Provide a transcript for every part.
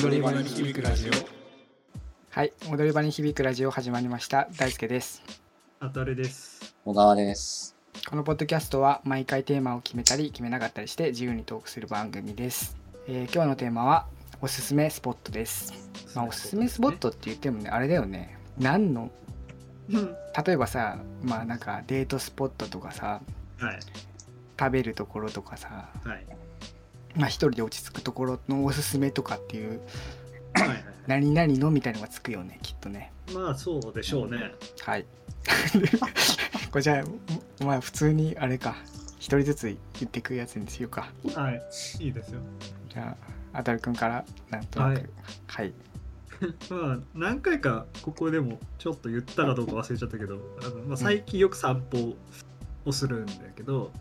踊り場に響くラジオ。はい、踊り場に響くラジオ始まりました。大輔です。 あたるです。 小川です。 このポッドキャストは毎回テーマを決めたり決めなかったりして自由にトークする番組です。今日のテーマはおすすめスポットです。おすすめスポットって言ってもね、あれだよね。何の例えばさ、なんかデートスポットとかさ、 はい、 食べるところとかさ、 はい、 一人で落ち着くところのおすすめとかっていうはいはい、 何々のみたいなのがつくよね、きっとね。 まあそうでしょうね。 はいこれじゃあ普通にあれか、一人ずつ言ってくやつにしようか。 はい、いいですよ。 じゃああたるくんからなんとなく。はい、 まあ何回かここでもちょっと言ったかどうか忘れちゃったけど、最近よく散歩をするんだけど、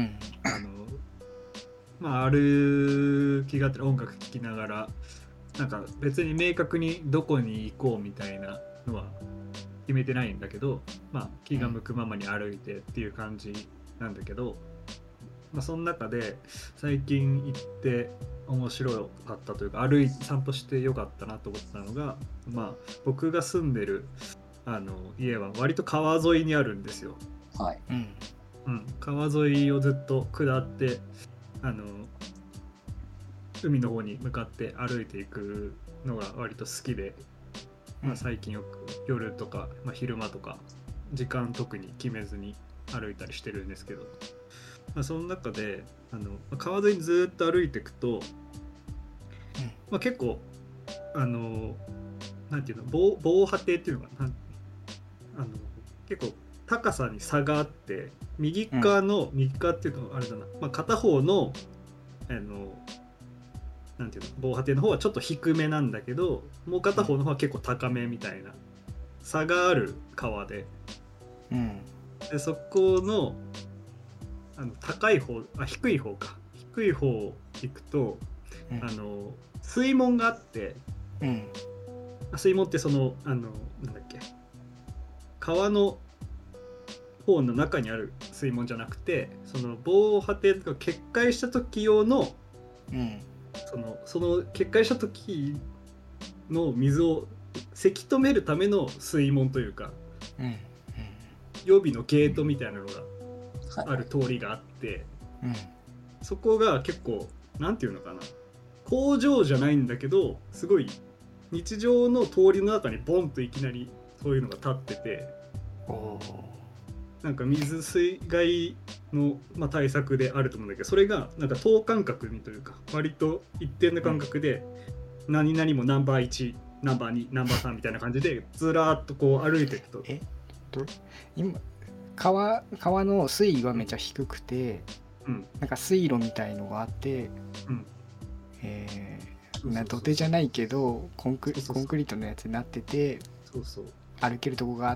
歩きがてら音楽聴きながら、なんか別に明確にどこに行こうみたいなのは決めてないんだけど、気が向くままに歩いてっていう感じなんだけど、その中で最近行って面白かったというか、散歩してよかったなと思ったのが、僕が住んでる家は割と川沿いにあるんですよ。 はい。 川沿いをずっと下って海の方に向かって歩いていくのが割と好きで、最近よく夜とか、昼間とか時間特に決めずに歩いたりしてるんですけど、その中で川沿いにずっと歩いていくと、結構なんていうの、防波堤っていうのかな、結構高さに差があって、右側っていうのはあれだな、片方のなんていうの、防波堤の方はちょっと低めなんだけど、もう片方の方は結構高めみたいな差がある川で、でそこの低い方行くと、水門があって、水門ってそのなんだっけ、川の方の中にある水門じゃなくて、その防波堤が決壊した時用の、その決壊した時の水をせき止めるための水門というか、予備のゲートみたいなのがある通りがあって、そこが結構なんていうのかな、工場じゃないんだけど、すごい日常の通りの中にボンといきなりそういうのが立ってて、なんか水水害の、対策であると思うんだけど、それがなんか等間隔にというか、割と一定の間隔で、何々もナンバー1、ナンバー2、ナンバー3みたいな感じでずらーっとこう歩いていくと、 今川の水位はめちゃ低くて、なんか水路みたいのがあって、土手じゃないけどコンクリートのやつになってて、歩けるとこがあって、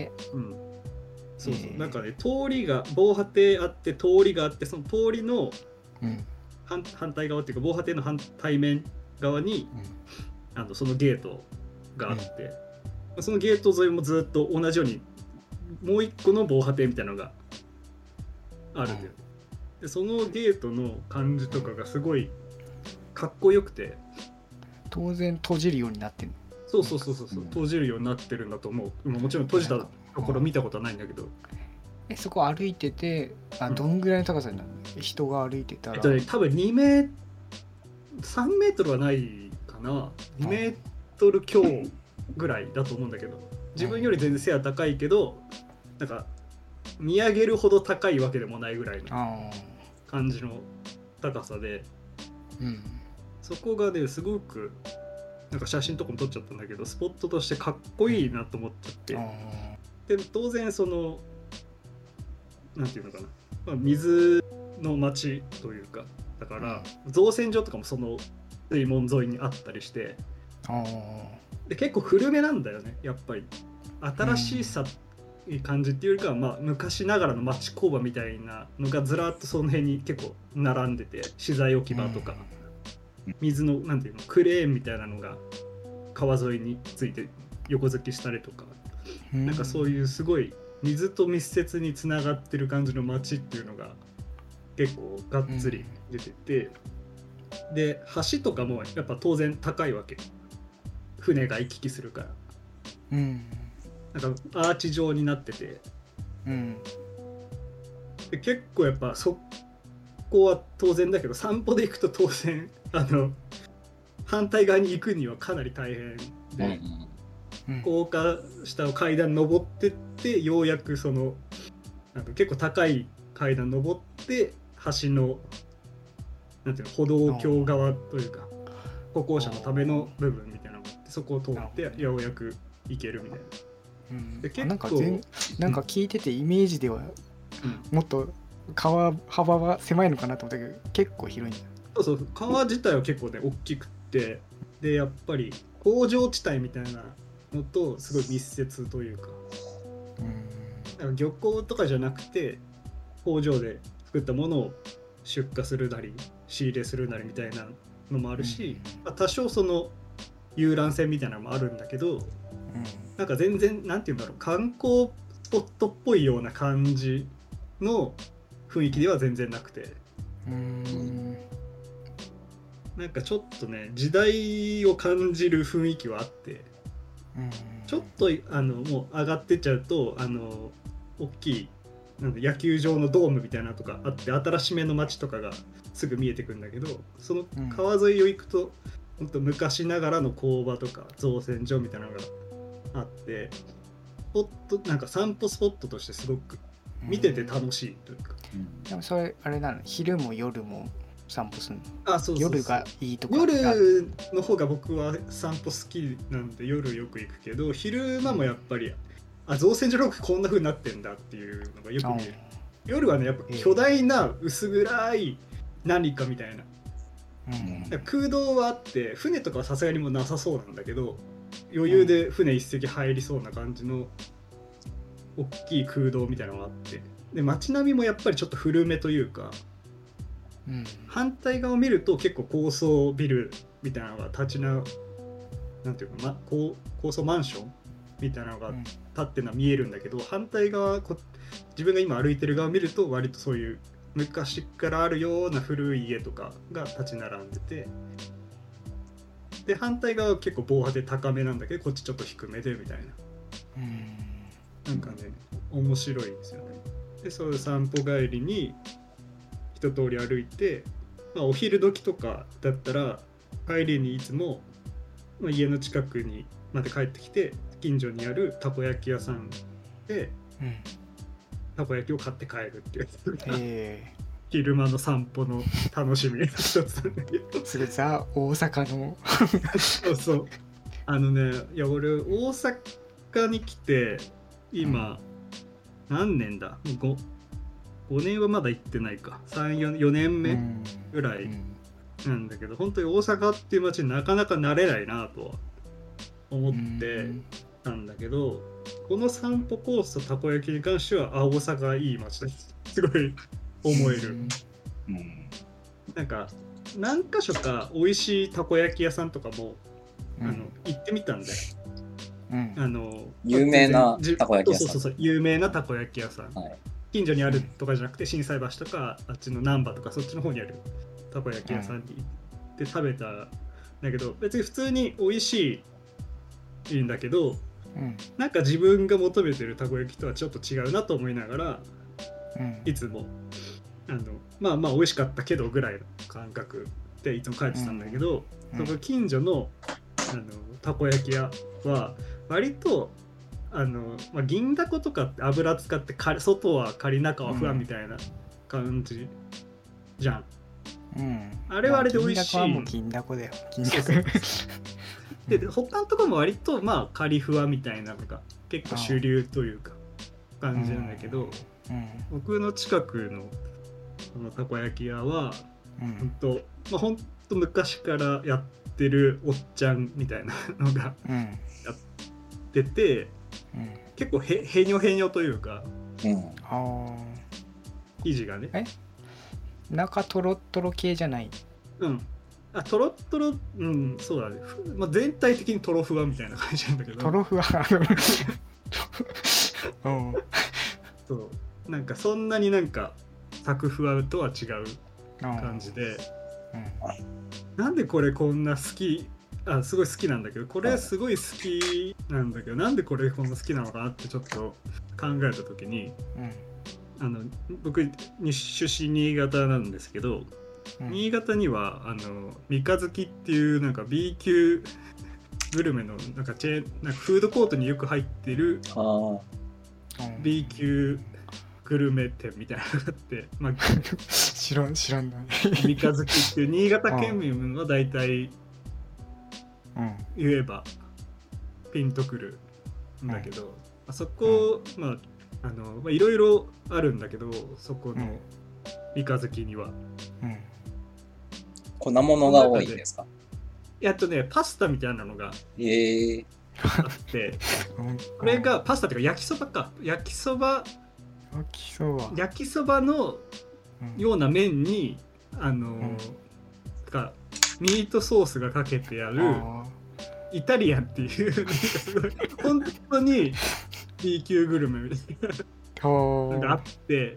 なんかね、通りが防波堤あって、通りがあって、その通りの反対側っていうか、防波堤の反対面側に、そのゲートがあって、そのゲート沿いもずっと同じようにもう一個の防波堤みたいなのがあるんだよ。でそのゲートの感じとかがすごいかっこよくて、 当然閉じるようになってる。 そう、閉じるようになってるんだと思う。もちろん閉じたところ見たことはないんだけど、 そこ歩いてて、どんぐらいの高さになるの？人が歩いてたら、 多分3メートルはないかな、2メートル強ぐらいだと思うんだけど、自分より全然背は高いけど、なんか見上げるほど高いわけでもないぐらいの感じの高さで、そこがね、すごくなんか写真とかも撮っちゃったんだけど、スポットとしてかっこいいなと思っちゃって、で当然そのなんていうのかな、水の町というか、だから造船所とかもその水門沿いにあったりして、で結構古めなんだよね、やっぱり。新しさい感じっていうよりかは、昔ながらの町工場みたいなのがずらっとその辺に結構並んでて、資材置き場とか、水のなんていうの、クレーンみたいなのが川沿いについて横付けしたりとか、なんかそういうすごい水と密接につながってる感じの街っていうのが結構がっつり出てて、 で橋とかもやっぱ当然高いわけ、船が行き来するから、 うん、 なんかアーチ状になってて、 うん、 で結構やっぱそこは当然だけど散歩で行くと当然反対側に行くにはかなり大変で、高架下を階段登ってってようやくそのなんか結構高い階段登って橋のなんていうの歩道橋側というか歩行者のための部分みたいなのがあってそこを通ってようやく行けるみたいな。 で結構なんか聞いててイメージではもっと川幅は狭いのかなと思ったけど結構広いんだ。 そうそう川自体は結構ね大きくて、でやっぱり工場地帯みたいなのとすごい密接というか、なんか漁港とかじゃなくて工場で作ったものを出荷するなり仕入れするなりみたいなのもあるし、多少その遊覧船みたいなのもあるんだけど、なんか全然なんていうんだろう観光スポットっぽいような感じの雰囲気では全然なくて、なんかちょっとね時代を感じる雰囲気はあって、ちょっともう上がってっちゃうと大きいなんか野球場のドームみたいなのとかあって新しめの街とかがすぐ見えてくるんだけど、その川沿いを行くと、ほんと昔ながらの工場とか造船所みたいなのがあって、なんか散歩スポットとしてすごく見てて楽しいというか、 でもそれあれなの昼も夜も散歩するの？そう夜がいいとか。 夜の方が僕は散歩好きなんで夜よく行くけど、昼間もやっぱり造船所ロックこんな風になってんだっていうのがよく見える。夜はねやっぱ巨大な薄暗い何かみたいな、空洞はあって船とかはさすがにもうなさそうなんだけど、余裕で船一隻入りそうな感じの大きい空洞みたいなのがあって、で街並みもやっぱりちょっと古めというか、反対側を見ると結構高層ビルみたいなのがなんていうか、高層マンションみたいなのが立ってるのは見えるんだけど、反対側自分が今歩いてる側を見ると割とそういう昔からあるような古い家とかが立ち並んでて、で反対側は結構防波堤高めなんだけどこっちちょっと低めでみたいな、なんかね面白いんですよね。でそういう散歩帰りに一通り歩いて、お昼時とかだったら帰りにいつも、家の近くにまで帰ってきて近所にあるたこ焼き屋さんで、たこ焼きを買って帰るっていう昼間の散歩の楽しみの一つなんだけどそれザ大阪のそうそういや俺大阪に来て今、何年だ5年はまだ行ってないか 4年目ぐらいなんだけど、本当に大阪っていう街になかなか慣れないなとは思ってたんだけど、この散歩コースとたこ焼きに関しては大阪いい街だすごい思える。なんか何か所か美味しいたこ焼き屋さんとかも、行ってみたんだよ。 有名なたこ焼き屋さん。 そう有名なたこ焼き屋さん、近所にあるとかじゃなくて心斎橋とかあっちの難波とかそっちの方にあるたこ焼き屋さんに行って食べたんだけど、別に普通に美味しいんだけど、なんか自分が求めてるたこ焼きとはちょっと違うなと思いながら、いつもまあ美味しかったけどぐらいの感覚でいつも帰ってたんだけど、その近所のたこ焼き屋は割と銀だことかって油使って外はカリ中はふわみたいな感じじゃん。あれはあれで美味しい。銀だこはもう銀だこだよ。 で他のところも割とカリふわみたいなのが結構主流というか感じなんだけど、僕の近くのそのたこ焼き屋は本当昔からやってるおっちゃんみたいなのがやってて、結構へにょへにょというか、生地がね中トロットロ系じゃない。 トロットロ、そうだね、全体的にトロふわみたいな感じなんだけど、 トロふわそうなんかそんなになんかサクふわとは違う感じで、 なんでこれこんな好き、すごい好きなんだけど、これすごい好きなんだけど、なんでこれこんな好きなのかなってちょっと考えた時に、僕出身新潟なんですけど、新潟には三日月っていうなんか B 級グルメのなんかフードコートによく入ってる B 級グルメ店みたいなのがあって、 知らんない。 三日月っていう新潟県民は大体言えばピンとくるんだけど、そこいろいろあるんだけど、そこの三日月には、 粉物が多いんですか？ パスタみたいなのがあって、これがパスタっていうか焼きそばのような麺にミートソースがかけてあるイタリアンっていうなんかすごい本当に B 級グルメみたいなのがあって、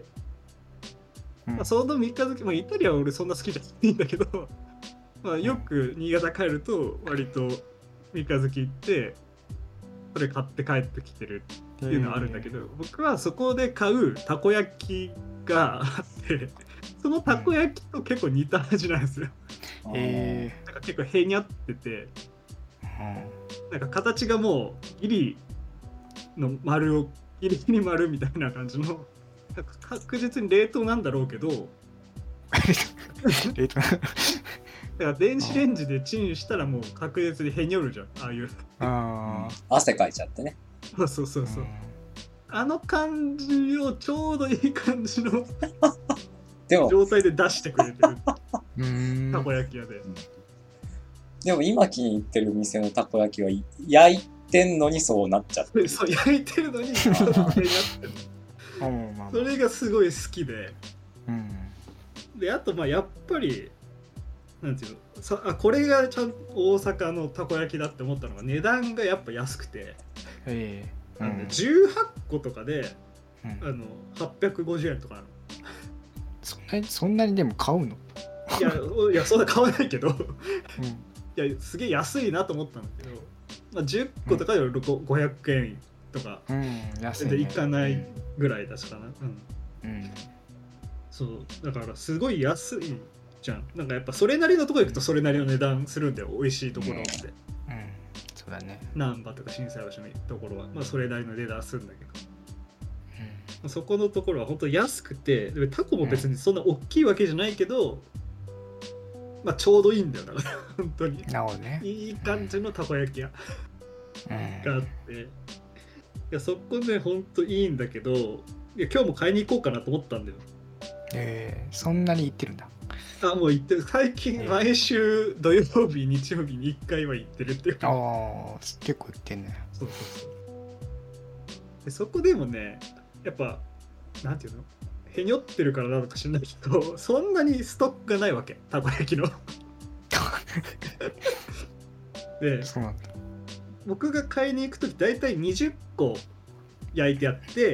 その三日月、イタリアンは俺そんな好きじゃないんだけど、よく新潟帰ると割と三日月行ってそれ買って帰ってきてるっていうのはあるんだけど、僕はそこで買うたこ焼きがあってそのたこ焼きと結構似た味なんですよ。なんか結構へにゃってて、なんか形がもうギリの丸をギリギリ丸みたいな感じの、なんか確実に冷凍なんだろうけど冷凍だから電子レンジでチンしたらもう確実にへにょるじゃん、ああいう。 汗かいちゃってね。 そう。あの感じをちょうどいい感じの状態で出してくれてるたこ焼き屋で。 でも今気に入ってる店のたこ焼きは焼いてんのにそうなっちゃってる。 そう、焼いてるのにそうなってる。それがすごい好きで。で、あとやっぱりなんていうの、これがちゃんと大阪のたこ焼きだって思ったのが値段がやっぱ安くて、18個とかで、850円とかなの。 そんなにでも買うの？ いやそんな買わないけど、いやすげえ安いなと思ったんだけど、10個とかで500円とか、 安いね、 でいかないぐらいだしかな。そうだからすごい安いじゃん。なんかやっぱそれなりのところ行くとそれなりの値段するんだよ、美味しいところって。 そうだね。 難波とか心斎橋のところは、それなりの値段するんだけど、そこのところは本当安くて、でタコも別にそんな大きいわけじゃないけど、ちょうどいいんだよだから本当に。 なるほどね。 いい感じのたこ焼き屋があって、いやそこね本当いいんだけど、いや今日も買いに行こうかなと思ったんだよ。 そんなに行ってるんだ。 もう行ってる。最近毎週土曜日日曜日に1回は行ってるっていう。 結構行ってんね。 そうでそこでもねやっぱなんていうの、へにょってるからなのか知らないけど、そんなにストックがないわけ、たこ焼きので、 そうなんだ。 僕が買いに行くときだいたい20個焼いてあって、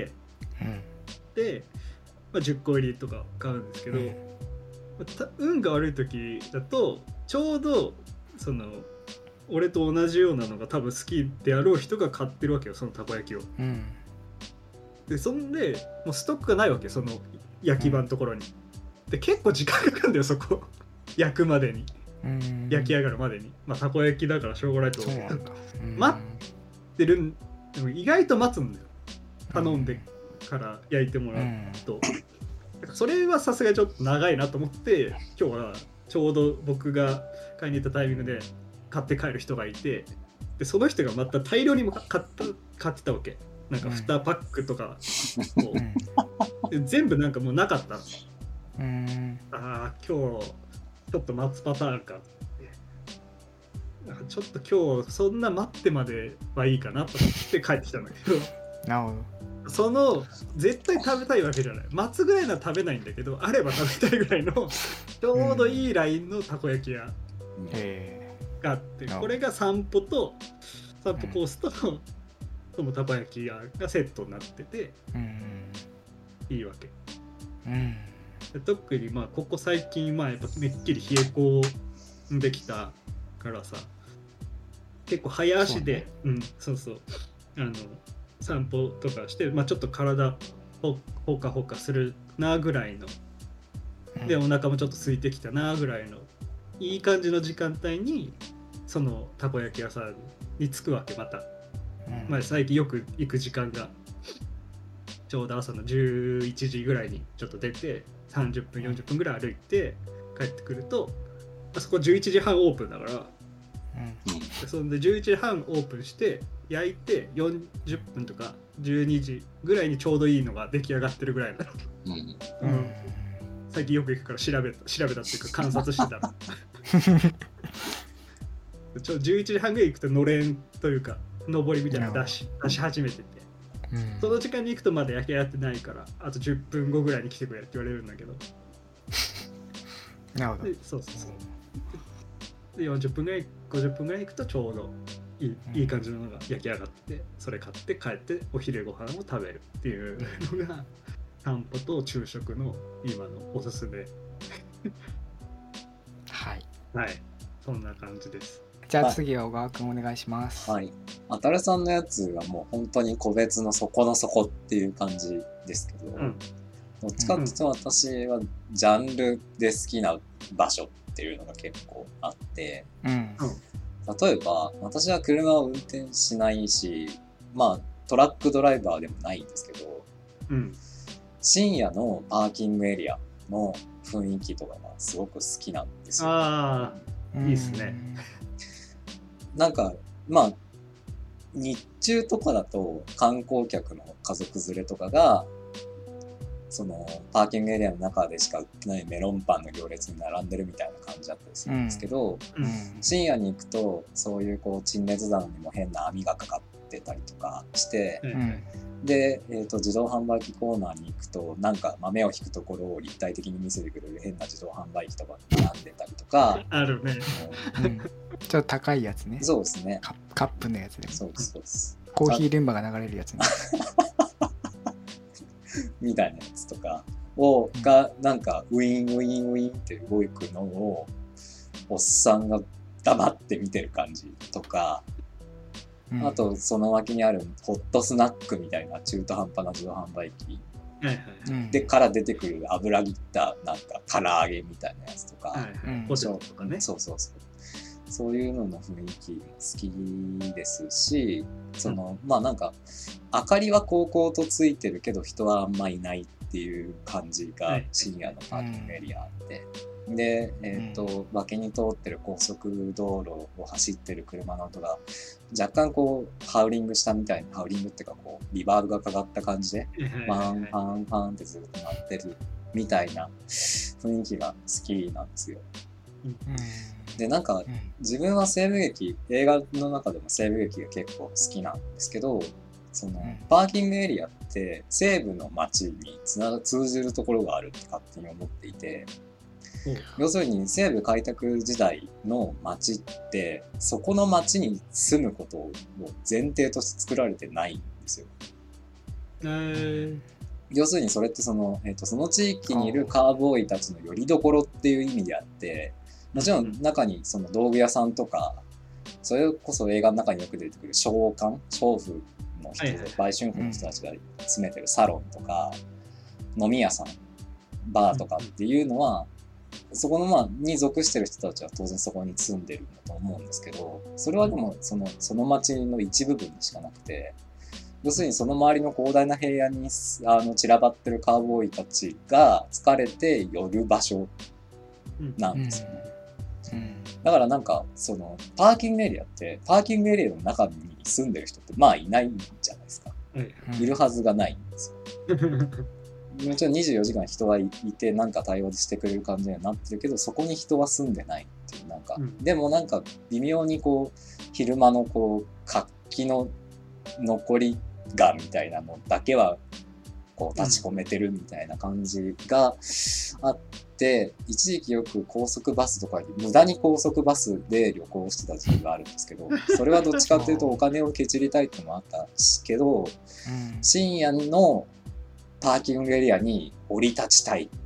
で、10個入りとか買うんですけど、運が悪い時だとちょうどその俺と同じようなのが多分好きであろう人が買ってるわけよ、そのたこ焼きを。でそんでもうストックがないわけ、その焼き場のところに。で結構時間かかるんだよそこ焼くまでに、焼き上がるまでに。たこ焼きだからしょうがないと思うけど、待ってるんでも意外と待つんだよ、頼んでから焼いてもらうと。それはさすがにちょっと長いなと思って、今日はちょうど僕が買いに行ったタイミングで買って帰る人がいて、でその人がまた大量に買ってたわけ。なんか2パックとかを、で全部なんかもうなかったの。今日ちょっと待つパターンかって、ちょっと今日そんな待ってまではいいかなと思って帰ってきたんだけどなるほど。 その絶対食べたいわけじゃない、待つぐらいなら食べないんだけど、あれば食べたいぐらいのちょうどいいラインのたこ焼き屋があって、これが散歩コースとそのたこ焼き屋がセットになってて、いいわけ。 特にまあここ最近やっぱめっきり冷え込んできたからさ、結構早足でそう散歩とかして、ちょっと体ほかほかするなぐらいので、お腹もちょっと空いてきたなぐらいのいい感じの時間帯にそのたこ焼き屋さんに着くわけ。また、最近よく行く時間がちょうど朝の11時ぐらいにちょっと出て30分40分ぐらい歩いて帰ってくると、そこ11時半オープンだから、そんで11時半オープンして焼いて40分とか12時ぐらいにちょうどいいのが出来上がってるぐらいなの。最近よく行くから調べたっていうか観察してたら11時半ぐらい行くとのれんというか上りみたいなの出し始めてて、その時間に行くとまだ焼き上がってないからあと10分後ぐらいに来てくれって言われるんだけどなるほど。 そうで40分ぐらい50分ぐらい行くとちょうどいい感じののが焼き上がってて、それ買って帰ってお昼ご飯を食べるっていうのが散歩と昼食の今のおすすめはい、 そんな感じです。 じゃあ次は小川くんお願いします。 あたるさんのやつはもう本当に個別の底の底っていう感じですけど、どっちかっていうと私はジャンルで好きな場所っていうのが結構あって、例えば私は車を運転しないし、トラックドライバーでもないんですけど、深夜のパーキングエリアの雰囲気とかがすごく好きなんですよ。 いいっすね。 なんか日中とかだと観光客の家族連れとかがそのパーキングエリアの中でしか売ってないメロンパンの行列に並んでるみたいな感じだったりするんですけど、深夜に行くとそういう陳列棚にも変な網がかかってたりとかして、で、自動販売機コーナーに行くとなんか豆を引くところを立体的に見せてくれる変な自動販売機とか並んでたりとかあるね。 ちょっと高いやつね。 そうですね。 カップのやつね。 そうです。 コーヒールンバが流れるやつね。 みたいなやつとかがなんかウィンウィンウィンって動くのをおっさんが黙って見てる感じとか、あとその脇にあるホットスナックみたいな中途半端な自動販売機でから出てくる油ぎったなんか唐揚げみたいなやつとか、 ポテトとかね。 そういうのの雰囲気好きですし、なんか明かりはこうとついてるけど人はあんまいないっていう感じが深夜のパーキングエリアあって、で、脇に通ってる高速道路を走ってる車の音が若干ハウリングしたみたいな、ハウリングっていうかリバーブがかかった感じでパンパンパンってずっと鳴ってるみたいな雰囲気が好きなんですよ。でなんか自分は西部劇、映画の中でも西部劇が結構好きなんですけど、そのパーキングエリアって西部の街に通じるところがあるって勝手に思っていて、要するに西部開拓時代の街ってそこの街に住むことを前提として作られてないんですよ。要するにそれってその地域にいるカーボーイたちの拠り所っていう意味であって、もちろん中にその道具屋さんとか、それこそ映画の中によく出てくる商婦の人、売春婦の人たちが詰めてるサロンとか飲み屋さん、バーとかっていうのは、そこのに属してる人たちは当然そこに住んでるんだと思うんですけど、それはでもその町の一部分にしかなくて、要するにその周りの広大な平野に散らばってるカーボーイたちが疲れて寄る場所なんですよね。だからなんかそのパーキングエリアってパーキングエリアの中に住んでる人っていないんじゃないですか。いるはずがないんですよ。もちろん24時間人はいてなんか対応してくれる感じにはなってるけど、そこに人は住んでないっていう、なんか、でもなんか微妙に昼間の活気の残りがみたいなのだけは立ち込めてるみたいな感じがあって、一時期よく高速バスとか無駄に高速バスで旅行してた時期があるんですけど、それはどっちかっていうとお金をけちりたいっていうのもあったけど、深夜のパーキングエリアに降り立ちたいっていう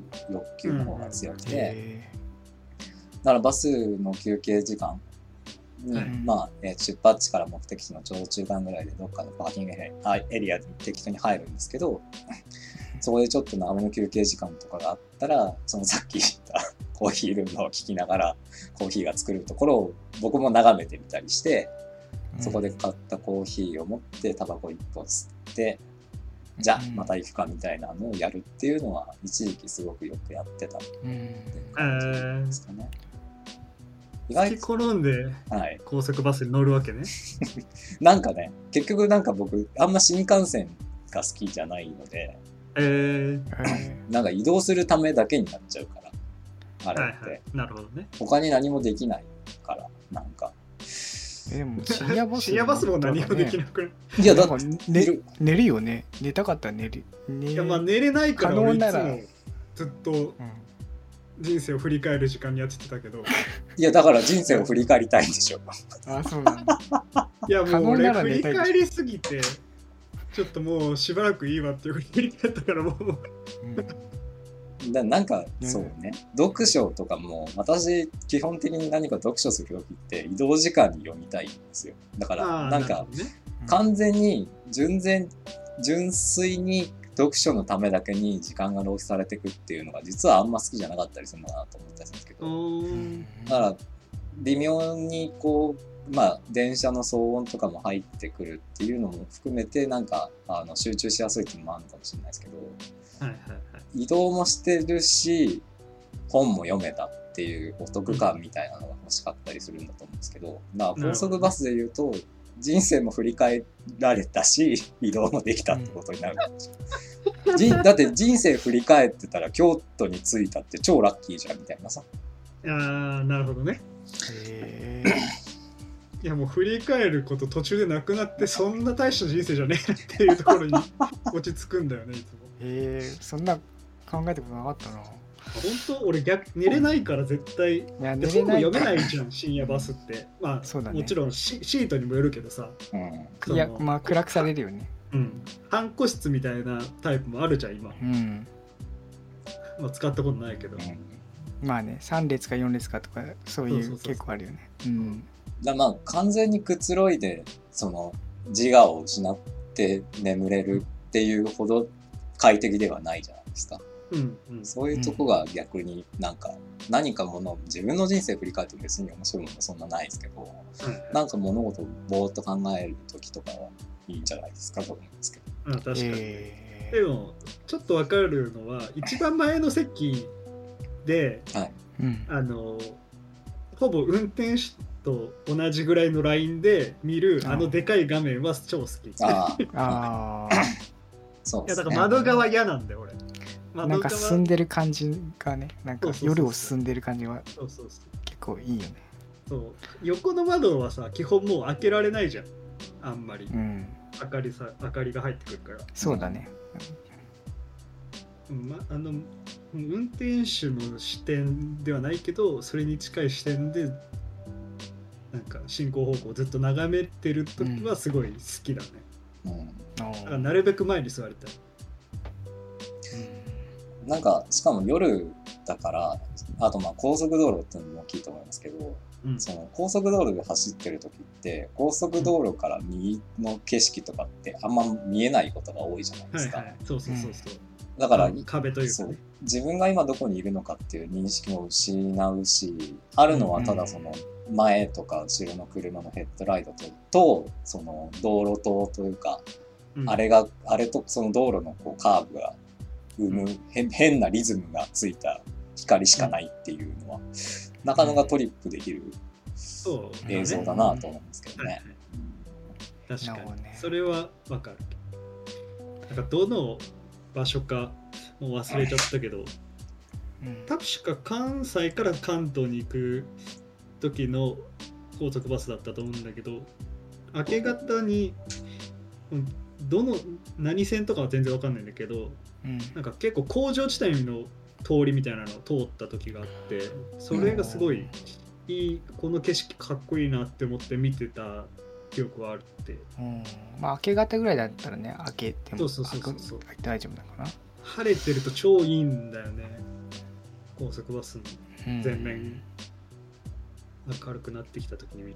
欲求の方が強くて、だからバスの休憩時間に、出発地から目的地のちょうど中間ぐらいでどっかのパーキングエリアに適当に入るんですけど、そこでちょっと長めの休憩時間とかがあったら、そのさっき言ったコーヒールームを聞きながらコーヒーが作るところを僕も眺めてみたりして、そこで買ったコーヒーを持ってタバコ1本吸って、じゃあまた行くかみたいなのをやるっていうのは一時期すごくよくやってたって感じですかね。 意外と転んで高速バスに乗るわけね。 なんかね、結局なんか僕あんま新幹線が好きじゃないので、なんか移動するためだけになっちゃうから、あれって、 なるほどね。 他に何もできないからなんか。 でも深夜バスも何もできなくない？ いやだって寝るよね。寝たかったら寝る。 いや寝れないから俺いつもずっと人生を振り返る時間にやってたけど。 いやだから人生を振り返りたいんでしょ。 あ、そうなんだ。 いやもう俺振り返りすぎてちょっともうしばらくいいわっていう振り返ったからもう。 なんかそうね、読書とかも私基本的に何か読書するときって移動時間に読みたいんですよ。だからなんか完全に純粋に読書のためだけに時間が浪費されていくっていうのが実はあんま好きじゃなかったりするのかなと思ったりするんですけど、だから微妙にこう電車の騒音とかも入ってくるっていうのも含めてなんか集中しやすいっていうのもあるのかもしれないですけど、移動もしてるし本も読めたっていうお得感みたいなのが欲しかったりするんだと思うんですけど、高速バスで言うと人生も振り返られたし移動もできたってことになるだって人生振り返ってたら京都に着いたって超ラッキーじゃんみたいなさ。 なるほどね。いやもう振り返ること途中でなくなってそんな大した人生じゃねえっていうところに落ち着くんだよねいつも。 そんな考えたことなかったな。 本当俺寝れないから絶対本も読めないじゃん深夜バスってそうだね、もちろんシートにもよるけどさ、 いや暗くされるよね。 半個室みたいなタイプもあるじゃん今、使ったことないけど、 3列か4列かとかそういう結構あるよね。 完全にくつろいでその自我を失って眠れるっていうほど快適ではないじゃないですか。そういうとこが逆になんか何かもの自分の人生振り返っても別に面白いものそんなないですけど、なんか物事をぼーっと考える時とかはいいんじゃないですかと思うんですけど。 確かに、でもちょっと分かるのは一番前の席で、ほぼ運転手と同じぐらいのラインで見るでかい画面は超好き。そうですね。いやだから窓側嫌なんだよ俺。 なんか進んでる感じがね、なんか夜を進んでる感じは結構いいよね。 そう横の窓はさ基本もう開けられないじゃんあんまり、明かりが入ってくるから。 そうだね。 運転手の視点ではないけどそれに近い視点でなんか進行方向をずっと眺めてる時はすごい好きだね。だからなるべく前に座りたい。 なんかしかも夜だからあと高速道路っていうのも大きいと思いますけど、その高速道路で走ってる時って高速道路から右の景色とかってあんま見えないことが多いじゃないですか。そうだから壁というか、ね、 自分が今どこにいるのかっていう認識も失うし、あるのはただその前とか後ろの車のヘッドライトとその道路灯というか、あれとその道路のこうカーブが生む変なリズムがついた光しかないっていうのは、なかなかトリップできる映像だなと思うんですけどね。 確かにそれはわかる。なんかどの場所かもう忘れちゃったけど、確か関西から関東に行く時の高速バスだったと思うんだけど、明け方に何線とかは全然わかんないんだけど、なんか結構工場地帯の通りみたいなのを通った時があって、それがすごいいい、この景色かっこいいなって思って見てた記憶はあるって。 明け方ぐらいだったらね、明けてもそう大丈夫だかな。 晴れてると超いいんだよね。 高速バスの前面明るくなってきた時に見る。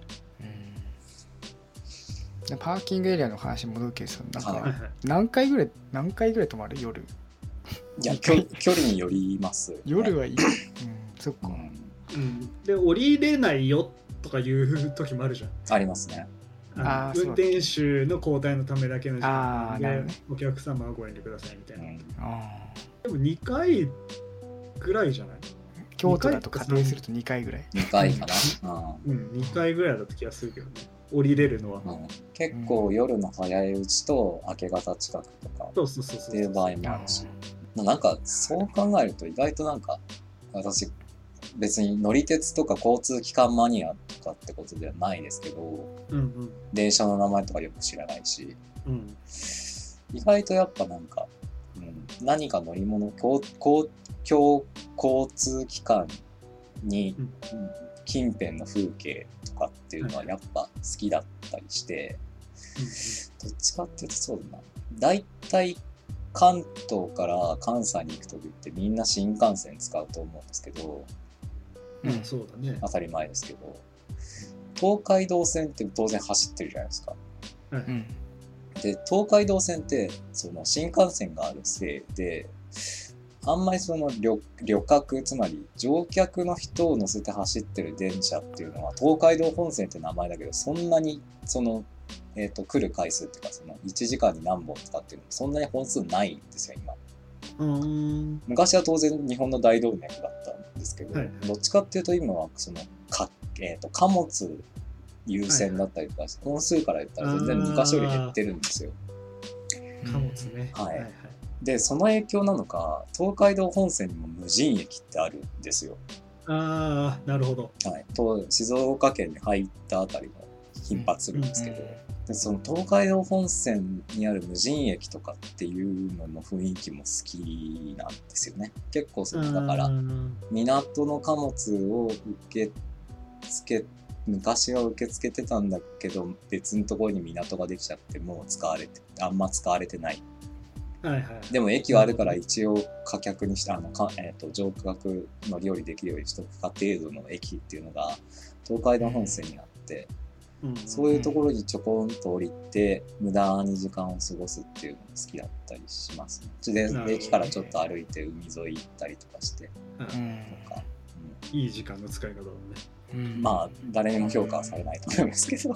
パーキングエリアの話戻るけどなんか何回ぐらい止まる夜？ いや距離によります、ね、 夜はいい、そっか、 で降りれないよとかいう時もあるじゃん。 ありますね。 運転手の交代のためだけの時間で、お客様はご遠慮くださいみたいな、でも2回ぐらいじゃない？ 京都だと仮定すると2回ぐらい。 2回かな。 2回ぐらいだった気がするけどね、降りれるのは。 結構夜の早いうちと明け方近くとかっていう場合もあるし、なんかそう考えると意外となんか私別に乗り鉄とか交通機関マニアとかってことではないですけど、電車の名前とかよく知らないし、意外とやっぱなんか、何か乗り物公共交通機関に近辺の風景とかっていうのはやっぱ好きだったりして、どっちかっていうとそうだな、だいたい関東から関西に行くときってみんな新幹線使うと思うんですけど、 そうだね、 当たり前ですけど、東海道線って当然走ってるじゃないですか。で東海道線ってその新幹線があるせいであんまりその旅客、つまり乗客の人を乗せて走ってる電車っていうのは東海道本線って名前だけど、そんなにその、来る回数っていうか、その1時間に何本とかっていうのもそんなに本数ないんですよ今。昔は当然日本の大動脈だったんですけど、どっちかっていうと今はその貨物優先だったりとか、本数から言ったら全然昔より減ってるんですよ。 貨物ね。 でその影響なのか東海道本線にも無人駅ってあるんですよ。 なるほど。 静岡県に入ったあたりも頻発するんですけど、でその東海道本線にある無人駅とかっていうのの雰囲気も好きなんですよね。結構そのだから港の貨物を受け付け昔は受け付けてたんだけど別のところに港ができちゃってもうあんま使われてない。でも駅はあるから一応貨客にして乗客乗り降りできるようにしとくか程度の駅っていうのが東海道本線にあって、そういうところにちょこんと降りて無駄に時間を過ごすっていうのも好きだったりしますね。で駅からちょっと歩いて海沿い行ったりとかして、とか、 いい時間の使い方だね。 まあ誰にも評価はされないと思いますけど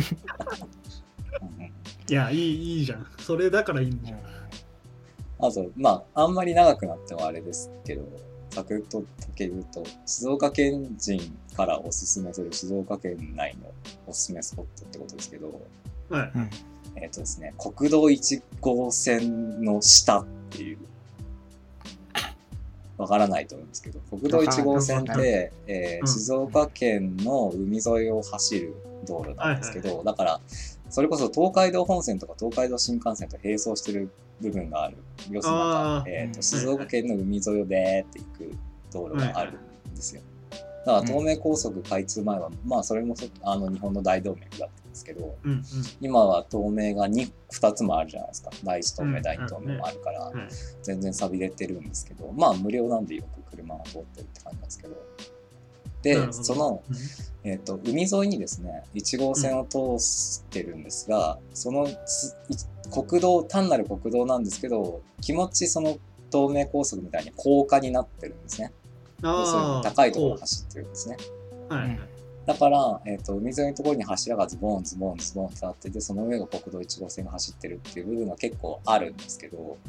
いやいいじゃん、それだからいいんじゃん。 あとあんまり長くなってもあれですけど、サクッとだけ言うと静岡県人からおすすめする静岡県内のおすすめスポットってことですけど、ですね、国道1号線の下っていう、わからないと思うんですけど、国道1号線って、静岡県の海沿いを走る道路なんですけど、だからそれこそ東海道本線とか東海道新幹線と並走してる部分がある。要するになんか、静岡県の海沿いをベーって行く道路があるんですよ。だから東名高速開通前はそれも日本の大動脈だったんですけど、今は東名が2つもあるじゃないですか。第一東名、第二東名もあるから、全然錆びれてるんですけど、無料なんでよく車が通ってるって感じなんですけど。で、その、海沿いにですね、1号線を通してるんですが、その単なる国道なんですけど、気持ちその東名高速みたいに高架になってるんですね。要するに高いところを走ってるんですね。だから、海沿いのところに柱がズボンズボンズボンってなってて、その上が国道1号線が走ってるっていう部分が結構あるんですけど、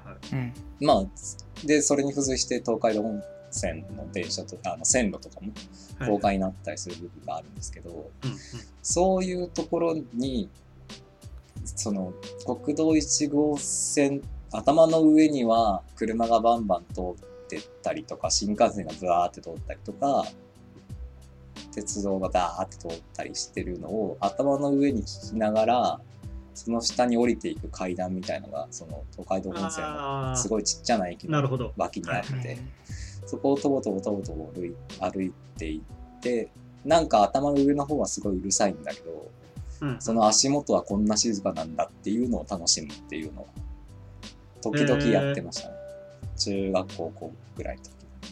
でそれに付随して東海道本線の電車と線路とかも高架になったりする部分があるんですけど、そういうところにその国道1号線頭の上には車がバンバン通ってったりとか、新幹線がブワーって通ったりとか、鉄道がダーって通ったりしてるのを頭の上に聞きながら、その下に降りていく階段みたいのがその東海道本線のすごいちっちゃな駅の脇にあって、そこをとぼとぼ歩いていって、なんか頭の上の方はすごいうるさいんだけど、その足元はこんな静かなんだっていうのを楽しむっていうのを時々やってましたね。中学高校ぐらいの時。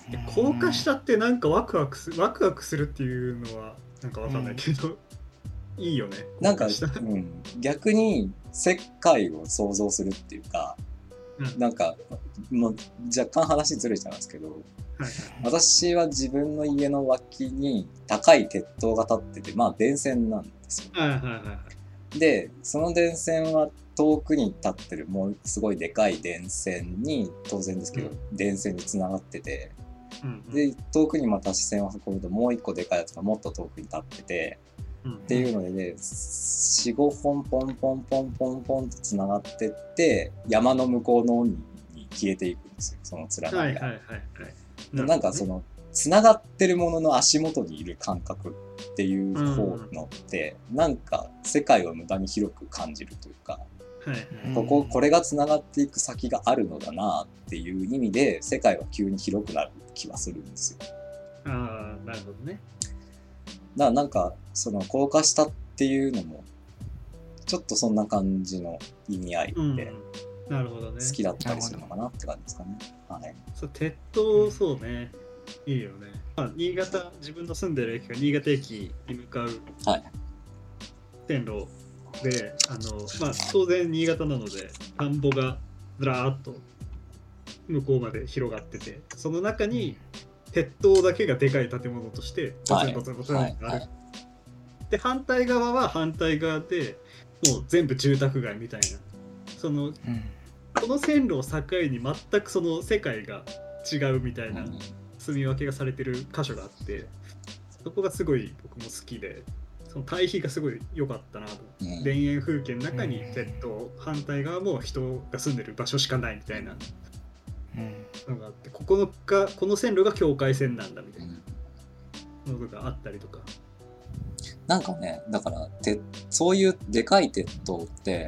高架下ってなんかワクワクするっていうのはなんかわかんないけど、いいよね。 なんか、逆に世界を想像するっていうか、なんかもう若干話ずれちゃうんですけど、私は自分の家の脇に高い鉄塔が立ってて、まあ電線なんですよ。でその電線は遠くに立ってるもうすごいでかい電線に、当然ですけど、電線につながってて、で遠くにまた視線を運ぶともう一個でかいやつがもっと遠くに立ってて、っていうのでね、4、5本ポンポンポンポンポンとつながってって山の向こうの方に消えていくんですよ、その連なりが。なんかそのつながってるものの足元にいる感覚っていう方のって、なんか世界を無駄に広く感じるというか、これがつながっていく先があるのだなっていう意味で世界は急に広くなる気はするんですよ。 ああ、なるほどね。 だからなんかその高架下っていうのもちょっとそんな感じの意味合いで好きだったりするのかなって感じですかね。はい、 そう、鉄塔、そうね、いいよね。まあ、新潟、自分の住んでる駅が新潟駅に向かう線路で、まあ、当然新潟なので田んぼがずらーっと向こうまで広がってて、その中に鉄塔だけがでかい建物としてボツンボツンボツンってある。で反対側は反対側でもう全部住宅街みたいな、その、この線路を境に全くその世界が違うみたいな住み分けがされてる箇所があって、そこがすごい僕も好きで、その対比がすごい良かったなと。田園風景の中に鉄塔、反対側も人が住んでる場所しかないみたいなのがあって、この線路が境界線なんだみたいなのがあったりとか。 なんかね、だからそういうでかい鉄塔って、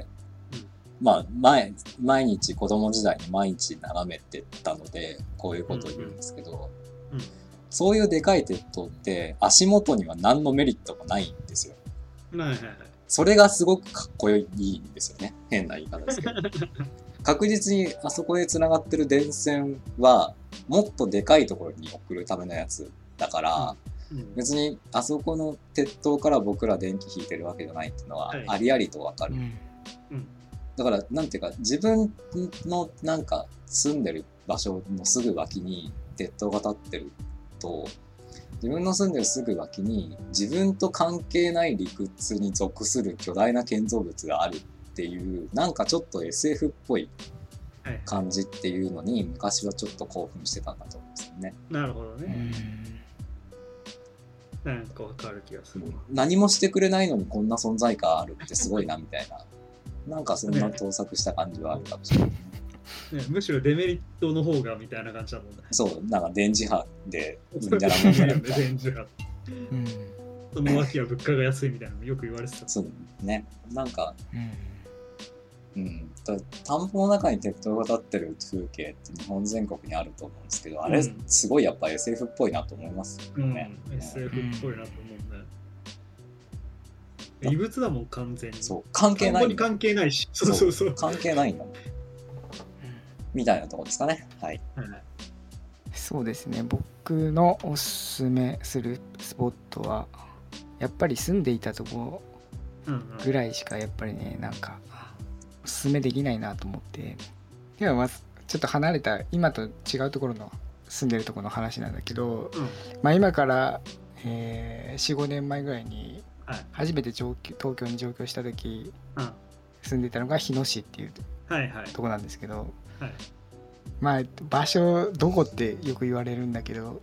まあ毎日子供時代に毎日眺めてたのでこういうことを言うんですけど、そういうでかい鉄塔って足元には何のメリットもないんですよ。それがすごくかっこいいんですよね。変な言い方ですけど確実にあそこでつながってる電線はもっとでかいところに送るためのやつだから、別にあそこの鉄塔から僕ら電気引いてるわけじゃないっていうのはありありとわかる。だからなんていうか、自分のなんか住んでる場所のすぐ脇に鉄塔が立ってると、自分の住んでるすぐ脇に自分と関係ない理屈に属する巨大な建造物があるっていう、なんかちょっと SF っぽい感じっていうのに昔はちょっと興奮してたんだと思うんですよね。 なるほどね。なんかわかる気がする。 何もしてくれないのにこんな存在感あるってすごいなみたいな、なんかそんな盗作した感じはあるかもしれない。 むしろデメリットの方がみたいな感じだもんね。 そう、なんか電磁波でうんじゃらもんじゃらみたいな。 電磁波。その脇は物価が安いみたいなのよく言われてた。 そうね。なんか、田んぼの中に鉄塔が立ってる風景って日本全国にあると思うんですけど、あれすごいやっぱ SF っぽいなと思いますよね。 SF っぽいなと思うね。異物だもん完全に。 そう、関係ない。 田んぼに関係ないし。そう。 関係ないんだもん。みたいなところですかね。はい。 そうですね。僕のおすすめするスポットはやっぱり住んでいたところぐらいしかやっぱりね、なんかおすすめできないなと思って。ではまずちょっと離れた今と違うところの住んでるところの話なんだけど、まあ今から、4、5年前ぐらいに初めて東京に上京した時、住んでたのが日野市っていうとこなんですけど、まあ場所どこってよく言われるんだけど、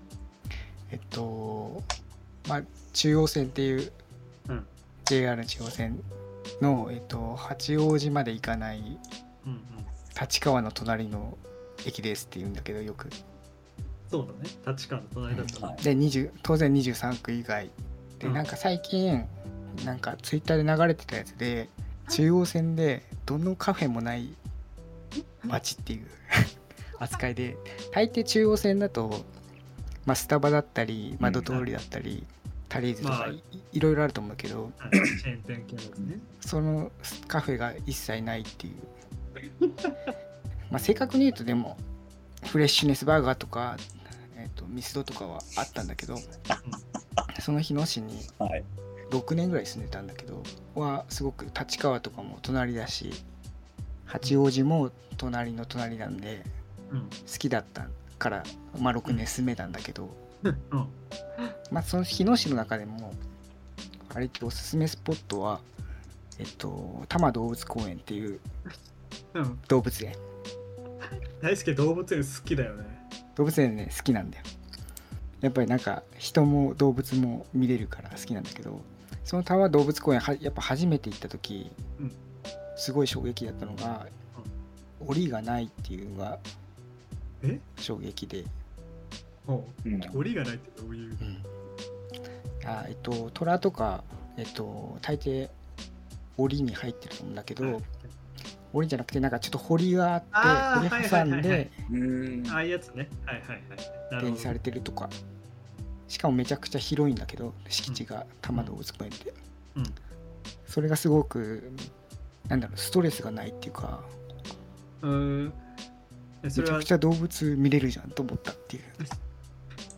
まあ中央線っていう、JR 中央線の、八王子まで行かない、立川の隣の駅ですって言うんだけど、よく。 そうだね、立川の隣だった、 で当然23区以外で、なんか最近なんかツイッターで流れてたやつで、中央線でどのカフェもない街っていう扱いで、大抵中央線だと、まあ、スタバだったり窓通りだったり、タリーズとかいろいろあると思うけど、そのカフェが一切ないっていうまあ正確に言うと、でもフレッシュネスバーガーとかミスドとかはあったんだけどその日野市に6年ぐらい住んでたんだけどはすごく立川とかも隣だし八王子も隣の隣なんで好きだったから、まあ、6年住めたんだけど、まあその日野市の中でも割とおすすめスポットは多摩動物公園っていう動物園、 大輔動物園好きだよね。 動物園ね好きなんだよ。やっぱりなんか人も動物も見れるから好きなんだけど、その多摩動物公園やっぱ初めて行った時、すごい衝撃だったのが、檻がないっていうのが衝撃で。 檻がないってどういう、 虎とか大抵檻に入ってると思うんだけど、檻じゃなくてなんかちょっと堀があって堀挟んでああいうやつね、 展示されてるとか、しかもめちゃくちゃ広いんだけど敷地が多摩動物公園って、それがすごくなんだろうストレスがないっていうか、めちゃくちゃ動物見れるじゃんと思ったっていう。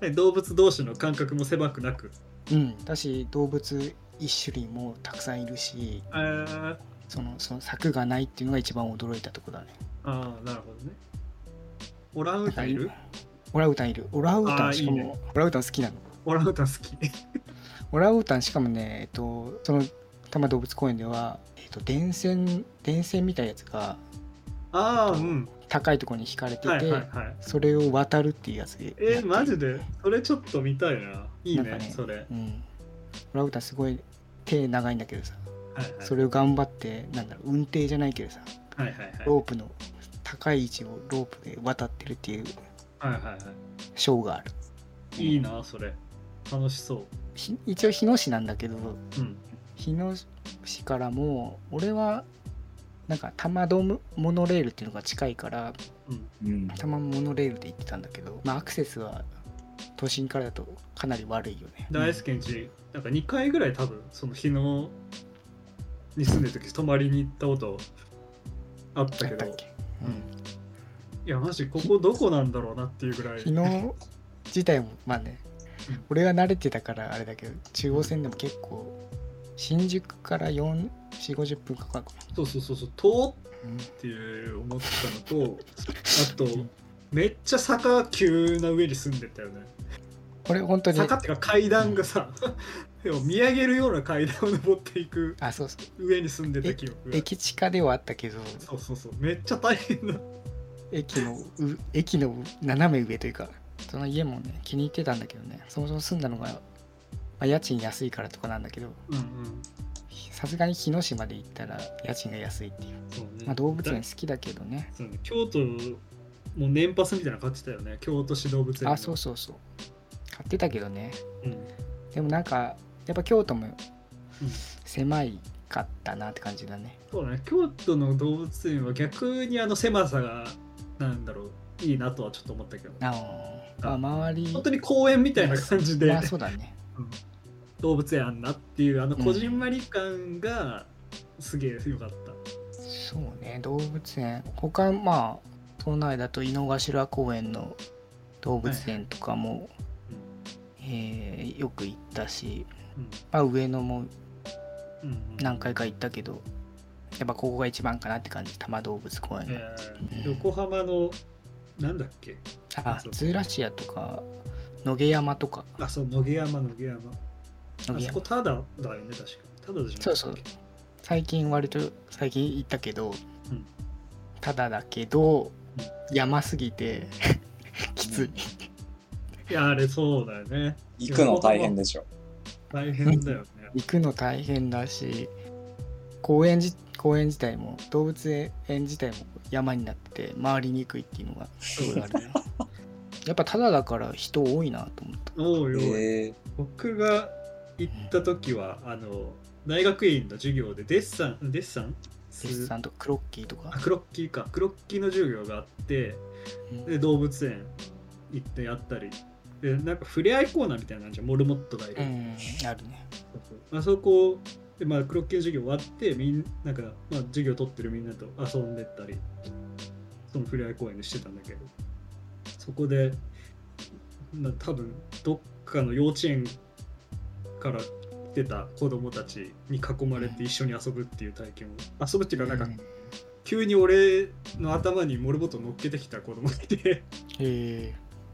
動物同士の間隔も狭くなく、 だし動物一種類もたくさんいるし、その柵がないっていうのが一番驚いたところだね。 ああ、なるほどね。オランウータンいる？ オランウータンいる。オランウータンしかも、ね、オランウータン好きなの。 オランウータン好き。 オランウータンしかもね、その多摩動物公園では、電線みたいなやつが高いところに引かれてて、それを渡るっていうやつで。 マジで？それちょっと見たいな。いいね、それ。 オランウータンすごい手長いんだけどさ、それを頑張ってなんだろう運転じゃないけどさ、ロープの高い位置をロープで渡ってるっていうショーがある。 いいなそれ、楽しそう。 一応日野市なんだけど、日野市からも俺はなんか多摩モノレールっていうのが近いから、多摩モノレールで行ってたんだけど、まあアクセスは都心からだとかなり悪いよね。 大輔んちなんか2回ぐらい多分その日野に住んでる時泊まりに行ったことあったけど、いやマジここどこなんだろうなっていうぐらい。 日野自体もまあね、俺は慣れてたからあれだけど、中央線でも結構新宿から40-50分かかるかな。 そう遠っていう思ったのと、あとめっちゃ坂急な上に住んでたよね。 これ本当に坂っていうか階段がさ、見上げるような階段を登っていく上に住んでた記憶が。 駅地下ではあったけど、 そうめっちゃ大変だ。 駅の斜め上というか、その家もね気に入ってたんだけどね、そもそも住んだのが、家賃安いからとかなんだけど、さすがに日野市まで行ったら家賃が安いっていう。動物園好きだけどね。 京都も年パスみたいなの買ってたよね、京都市動物園。 そう買ってたけどね、でもなんかやっぱ京都も狭いかったなって感じだね。 そうね、京都の動物園は逆に狭さがなんだろういいなとはちょっと思ったけど、 周り本当に公園みたいな感じで、 そうだね、 動物園あんなっていうこじんまり感がすげえ良かった。 そうね、動物園他都内だと井の頭公園の動物園とかも、よく行ったし、上野も何回か行ったけど、やっぱここが一番かなって感じ。多摩動物公園、 横浜のなんだっけ、 ズーラシアとか野毛山とか。 野毛山あそこただだよね、確かただじゃない。 そう最近行ったけど、ただだけど、山すぎてきつい。 いやあれそうだよね。 行くの大変でしょ。 大変だよね。 行くの大変だし、公園自体も動物園自体も山になって回りにくいっていうのがすごいあるね。やっぱただだから人多いなと思った。 多い。僕が行った時は大学院の授業でデッサンとかクロッキーとか。 クロッキーの授業があって、で動物園行ってやったりで、なんか触れ合いコーナーみたいなのじゃん、モルモットがいる。 あるね。 あそこでクロッキーの授業終わってなんか授業取ってるみんなと遊んでったり、その触れ合い公園でしてたんだけど、そこで多分どっかの幼稚園から来てた子供たちに囲まれて一緒に遊ぶっていう体験を、遊ぶっていうかなんか、急に俺の頭にモルボット乗っけてきた子供がいてで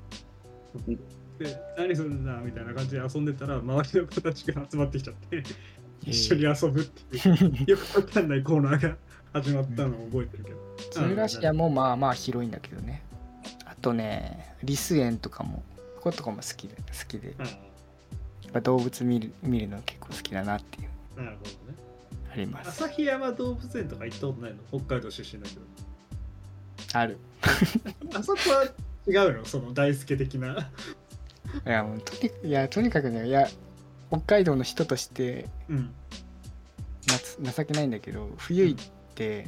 何するんだみたいな感じで遊んでたら、周りの子たちが集まってきちゃって一緒に遊ぶっていうよくわかんないコーナーが始まったのを覚えてるけど、 鶴ヶ島もまあまあ広いんだけどね。あとね、リス園とかもこことかも好きで、やっぱ動物見るの結構好きだなっていう。 なるほどね。 あります。 旭山動物園とか行ったことないの？北海道出身だけど。 ある。 あそこは違うの？その大輔的な。 いやもうとにかくね、北海道の人として、情けないんだけど、冬行って、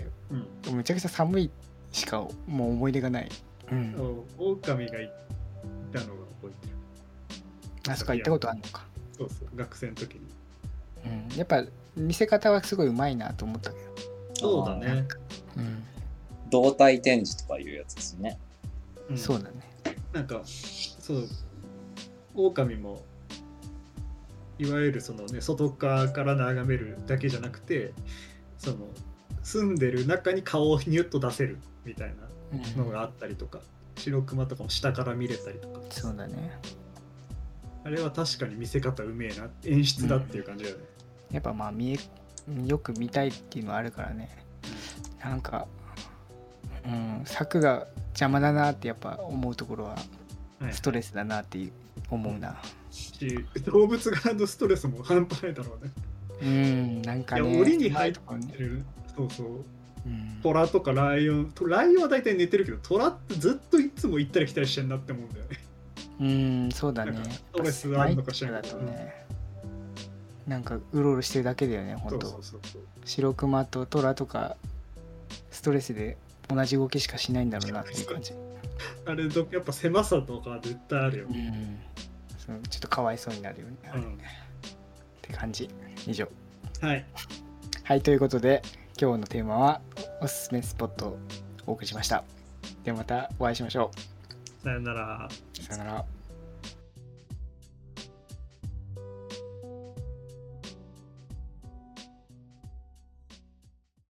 めちゃくちゃ寒いしかもう思い出がない。 狼がいたのが覚えてる。 あそこ行ったことあるのか。 そう学生の時に。 やっぱ見せ方はすごいうまいなと思ったけど。 そうだね。 胴体展示とかいうやつですね。 そうだね。 なんかそう狼もいわゆるそのね外側から眺めるだけじゃなくて、その住んでる中に顔をニュッと出せるみたいなのがあったりとか、白熊とかも下から見れたりとか。 そうだね。 あれは確かに見せ方うめえな、演出だっていう感じだよね。 やっぱまあよく見たいっていうのはあるからね。なんか、柵が邪魔だなってやっぱ思うところはストレスだなって思うな。 動物側のストレスも半端ないだろうね。 なんかね。 檻に入ってる。そうそう。虎とかライオンは大体寝てるけど、虎ってずっといつも行ったり来たりしてんなって思うんだよね。 そうだね。 ストレスあるのかしらだとね。なんかうろうろしてるだけだよね、本当。そう白熊と虎とかストレスで同じ動きしかしないんだろうなっていう感じ。 あれやっぱ狭さとか絶対あるよ。 ちょっとかわいそうになるよね。って感じ。以上。はい、ということで今日のテーマはおすすめスポットをお送りしました。ではまたお会いしましょう。さよなら。 さよなら。